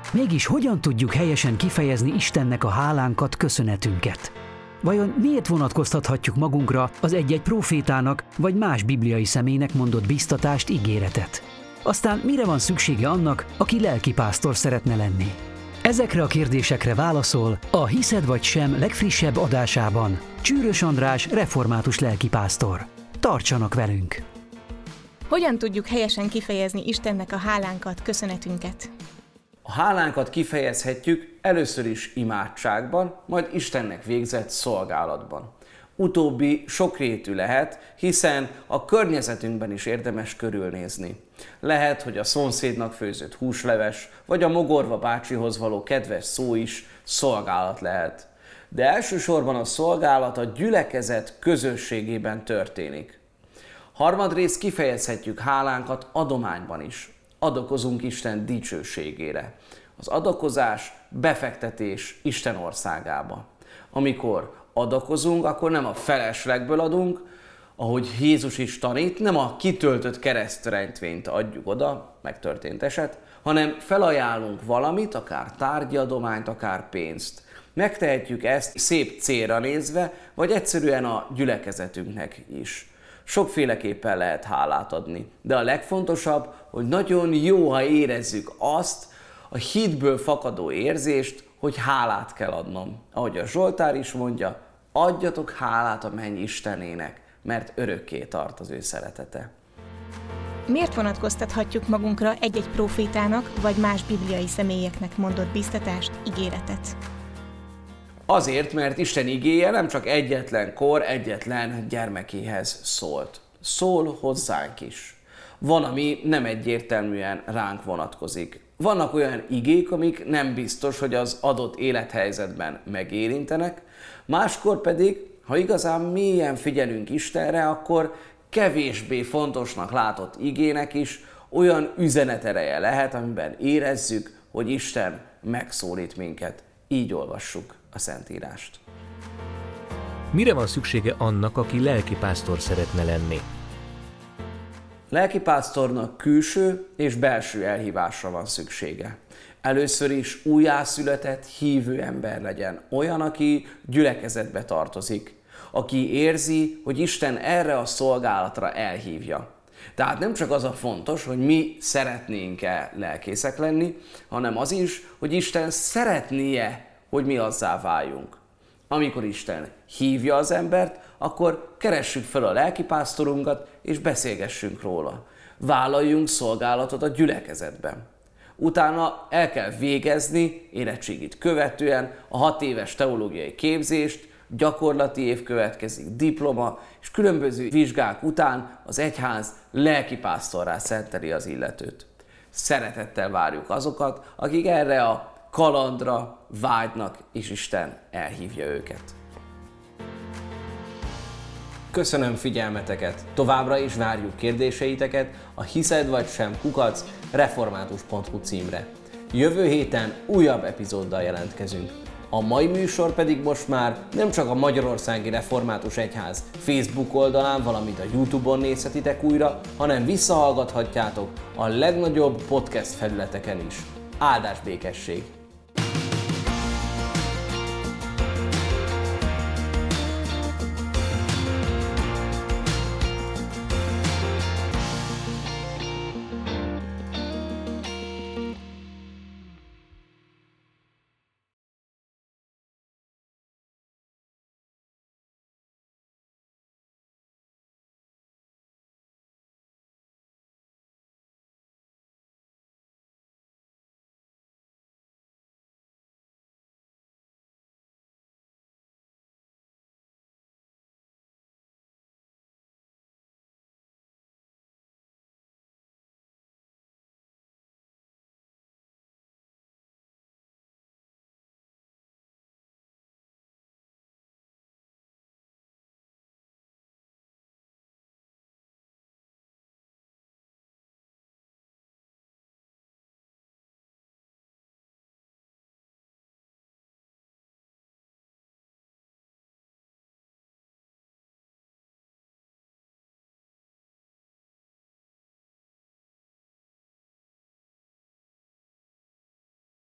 Mégis hogyan tudjuk helyesen kifejezni Istennek a hálánkat, köszönetünket? Vajon miért vonatkoztathatjuk magunkra az egy-egy prófétának vagy más bibliai személynek mondott biztatást, ígéretet? Aztán mire van szüksége annak, aki lelkipásztor szeretne lenni? Ezekre a kérdésekre válaszol a Hiszed vagy sem legfrissebb adásában Csűrös András református lelkipásztor. Tartsanak velünk! Hogyan tudjuk helyesen kifejezni Istennek a hálánkat, köszönetünket? A hálánkat kifejezhetjük először is imádságban, majd Istennek végzett szolgálatban. Utóbbi sokrétű lehet, hiszen a környezetünkben is érdemes körülnézni. Lehet, hogy a szomszédnak főzött húsleves, vagy a mogorva bácsihoz való kedves szó is szolgálat lehet. De elsősorban a szolgálat a gyülekezet közösségében történik. Harmadrészt kifejezhetjük hálánkat adományban is. Adakozunk Isten dicsőségére. Az adakozás befektetés Isten országába. Amikor adakozunk, akkor nem a feleslegből adunk, ahogy Jézus is tanít, nem a kitöltött keresztrendvényt adjuk oda, megtörtént eset, hanem felajánlunk valamit, akár tárgyi adományt, akár pénzt. Megtehetjük ezt szép célra nézve, vagy egyszerűen a gyülekezetünknek is. Sokféleképpen lehet hálát adni, de a legfontosabb, hogy nagyon jó, ha érezzük azt, a hitből fakadó érzést, hogy hálát kell adnom. Ahogy a Zsoltár is mondja, adjatok hálát a menny Istenének, mert örökké tart az ő szeretete. Miért vonatkoztathatjuk magunkra egy-egy prófétának vagy más bibliai személyeknek mondott biztatást, ígéretet? Azért, mert Isten igéje nem csak egyetlen kor, egyetlen gyermekéhez szólt. Szól hozzánk is. Van, ami nem egyértelműen ránk vonatkozik. Vannak olyan igék, amik nem biztos, hogy az adott élethelyzetben megérintenek, máskor pedig, ha igazán mélyen figyelünk Istenre, akkor kevésbé fontosnak látott igének is olyan üzenetereje lehet, amiben érezzük, hogy Isten megszólít minket. Így olvassuk a Szentírást. Mire van szüksége annak, aki lelkipásztor szeretne lenni? Lelkipásztornak külső és belső elhívásra van szüksége. Először is újjászületett, hívő ember legyen, olyan, aki gyülekezetbe tartozik, aki érzi, hogy Isten erre a szolgálatra elhívja. Tehát nem csak az a fontos, hogy mi szeretnénk-e lelkészek lenni, hanem az is, hogy Isten szeretnie, hogy mi azzá váljunk. Amikor Isten hívja az embert, akkor keressük fel a lelkipásztorunkat, és beszélgessünk róla. Vállaljunk szolgálatot a gyülekezetben. Utána el kell végezni, érettségit követően, a 6 éves teológiai képzést, gyakorlati év következik, diploma, és különböző vizsgák után az egyház lelkipásztorrá szenteli az illetőt. Szeretettel várjuk azokat, akik erre a kalandra vágynak, és Isten elhívja őket. Köszönöm figyelmeteket! Továbbra is várjuk kérdéseiteket a hiszed vagy sem @református.hu címre. Jövő héten újabb epizóddal jelentkezünk. A mai műsor pedig most már nem csak a Magyarországi Református Egyház Facebook oldalán, valamint a YouTube-on nézhetitek újra, hanem visszahallgathatjátok a legnagyobb podcast felületeken is. Áldás békesség!